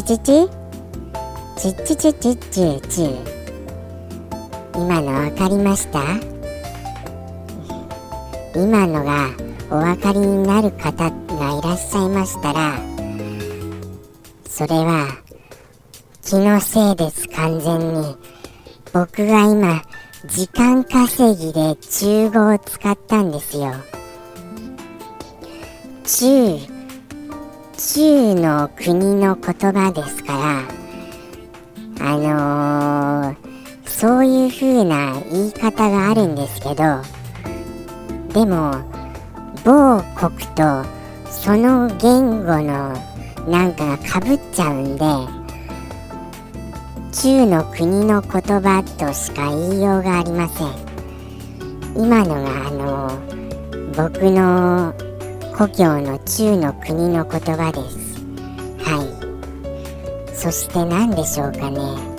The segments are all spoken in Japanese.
ちちちちちちちちち。今のわかりました？今のがお分かりになる方がいらっしゃいましたら、それは気のせいです。完全に僕が今時間稼ぎで中語を使ったんですよ。中の国の言葉ですから、そういう風な言い方があるんですけど、でも某国とその言語のなんかがかぶっちゃうんで、中の国の言葉としか言いようがありません。今のが僕の故郷の中の国の言葉です。はい。そして何でしょうかね。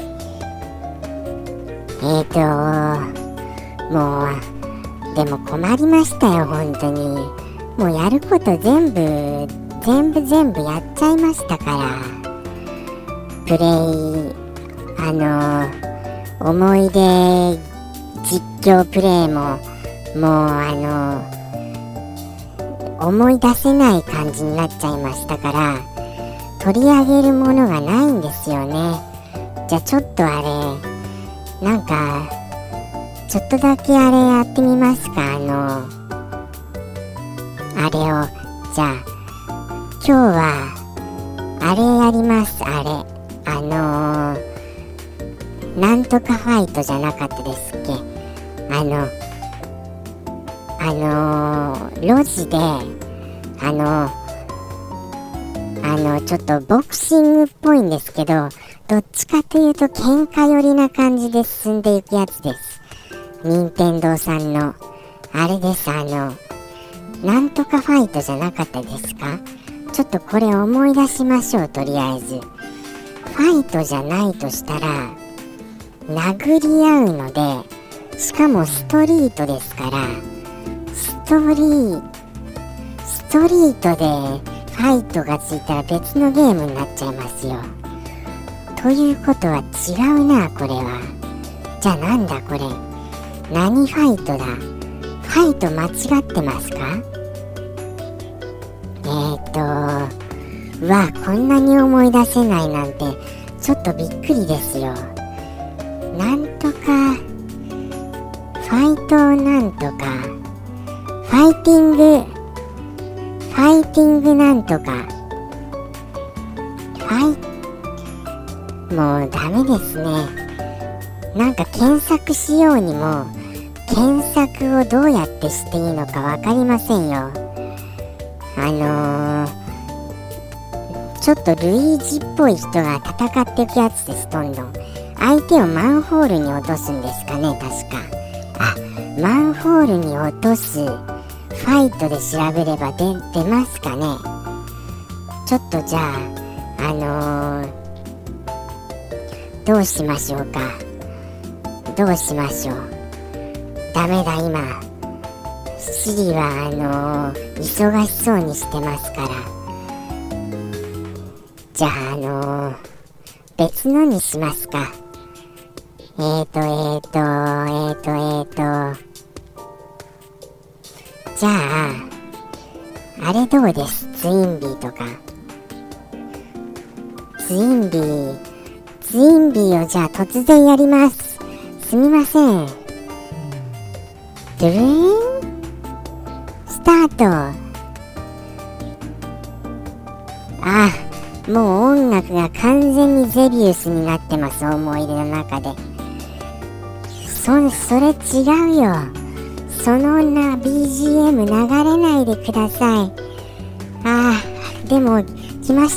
もうでも困りましたよ、本当に。もうやること全部やっちゃいましたから。プレイ思い出実況プレイももう思い出せない感じになっちゃいましたから、取り上げるものがないんですよね。じゃあちょっとなんかちょっとだけあれやってみますか。あれをじゃあ今日はあれやります。なんとかファイトじゃなかったですっけ。路地でちょっとボクシングっぽいんですけど、どっちかというと喧嘩寄りな感じで進んでいくやつです。任天堂さんのあれです。なんとかファイトじゃなかったですか。ちょっとこれ思い出しましょう。とりあえずファイトじゃないとしたら殴り合うので、しかもストリートですから、ストリートでファイトがついたら別のゲームになっちゃいますよ。ということは違うな、これは。じゃあなんだこれ、何ファイトだ。ファイト間違ってますか。うわ、こんなに思い出せないなんてちょっとびっくりですよ。なんとかファイトなんとかファイティングなんとかもうダメですね。なんか検索しようにも検索をどうやってしていいのかわかりませんよ。ちょっとルイージっぽい人が戦っていくやつです。どんどん相手をマンホールに落とすんですかね、確か。マンホールに落とすファイトで調べれば出ますかね。ちょっとじゃあどうしましょうか。どうしましょう。ダメだ、今シリは忙しそうにしてますから。じゃあ別のにしますか。じゃああれどうです？ツインビーとか。ツインビーをじゃあ突然やります。すみません。ドゥルーンスタート。もう音楽が完全にゼビウスになってます。思い出の中で。それ違うよ。そのBGM 流れないでください。でも来ました。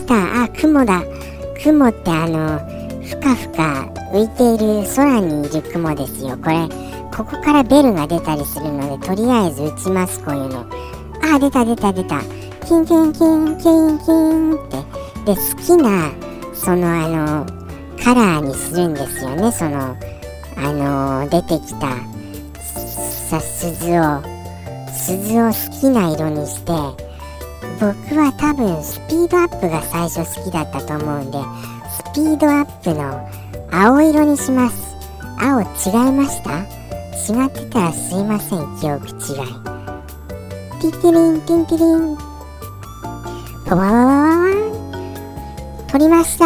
雲だ。雲ってふかふか浮いている空にいる雲ですよ。ここからベルが出たりするので、とりあえず打ちます。こういうの。出た。キンキンキンキンキンって。で、好きなカラーにするんですよね。出てきた鈴を好きな色にして、僕は多分スピードアップが最初好きだったと思うんで、スピードアップの青色にします。青違いました？違ってたらすいません、記憶違い。ティティリンティンティリン、ポワワワワワン、取りました。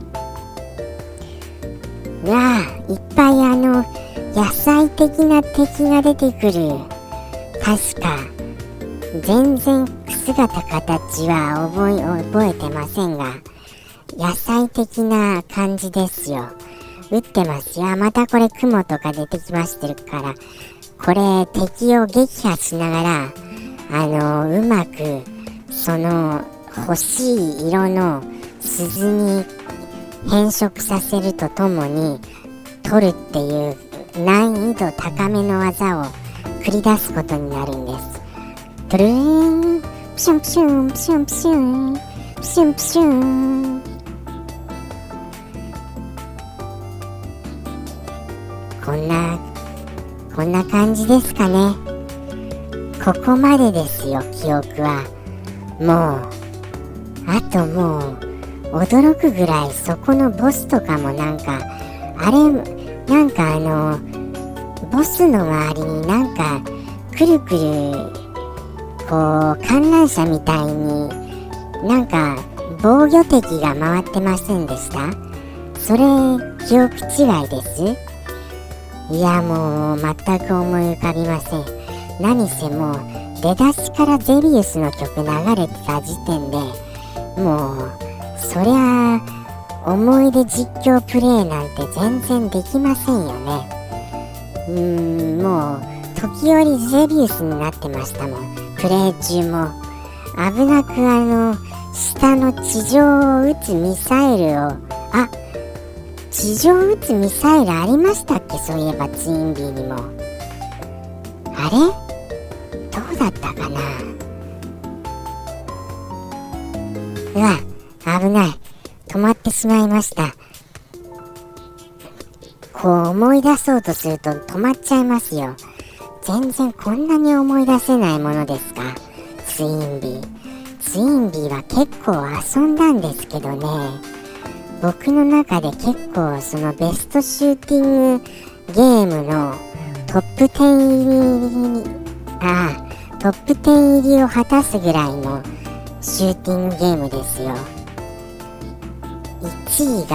いっぱい野菜的な敵が出てくる。確か全然姿形は覚えてませんが、野菜的な感じですよ。撃ってますよ。またこれ雲とか出てきましてるから、これ敵を撃破しながらうまく欲しい色の鈴に変色させるとともに取るっていう難易度高めの技を繰り出すことになるんです。トゥルーン、プシュンプシュンプシュンプシュンプシュンプシュン。こんな感じですかね。ここまでですよ、記憶は。あともう驚くぐらい、そこのボスとかもボスの周りにくるくる観覧車みたいに防御敵が回ってませんでした？それ記憶違いです？いや、もう全く思い浮かびません。何せもう出だしからゼビウスの曲流れてた時点で、もうそりゃ思い出実況プレイなんて全然できませんよね。もう時折ゼビウスになってましたもん。プレイ中も危なく下の地上を撃つミサイルを、地上を撃つミサイルありましたっけ？そういえばツインビーにも。あれどうだったかな。危ない。止まってしまいました。思い出そうとすると止まっちゃいますよ。全然こんなに思い出せないものですか？ツインビーは結構遊んだんですけどね。僕の中で結構ベストシューティングゲームのトップ10入りを果たすぐらいのシューティングゲームですよ。1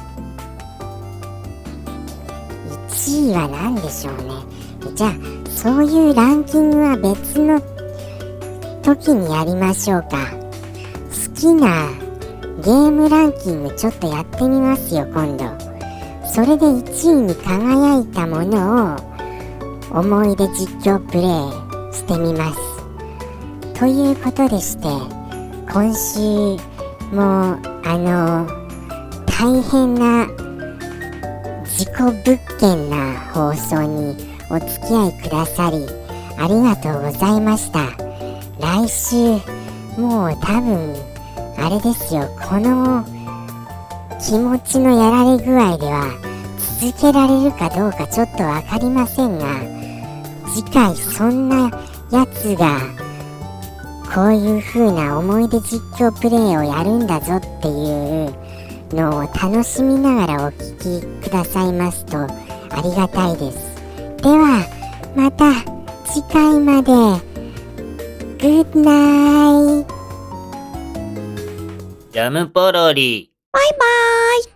位は何でしょうね。じゃあそういうランキングは別の時にやりましょうか。好きなゲームランキングちょっとやってみますよ、今度。それで1位に輝いたものを思い出実況プレイしてみます。ということでして、今週も大変な事故物件な放送にお付き合いくださりありがとうございました。来週もう多分あれですよ、この気持ちのやられ具合では続けられるかどうかちょっとわかりませんが、次回そんなやつがこういう風な思い出実況プレイをやるんだぞっていうのを楽しみながらお聞きくださいますとありがたいです。ではまた次回まで。グッナイ。 ジャムポロリ。 バイバーイ。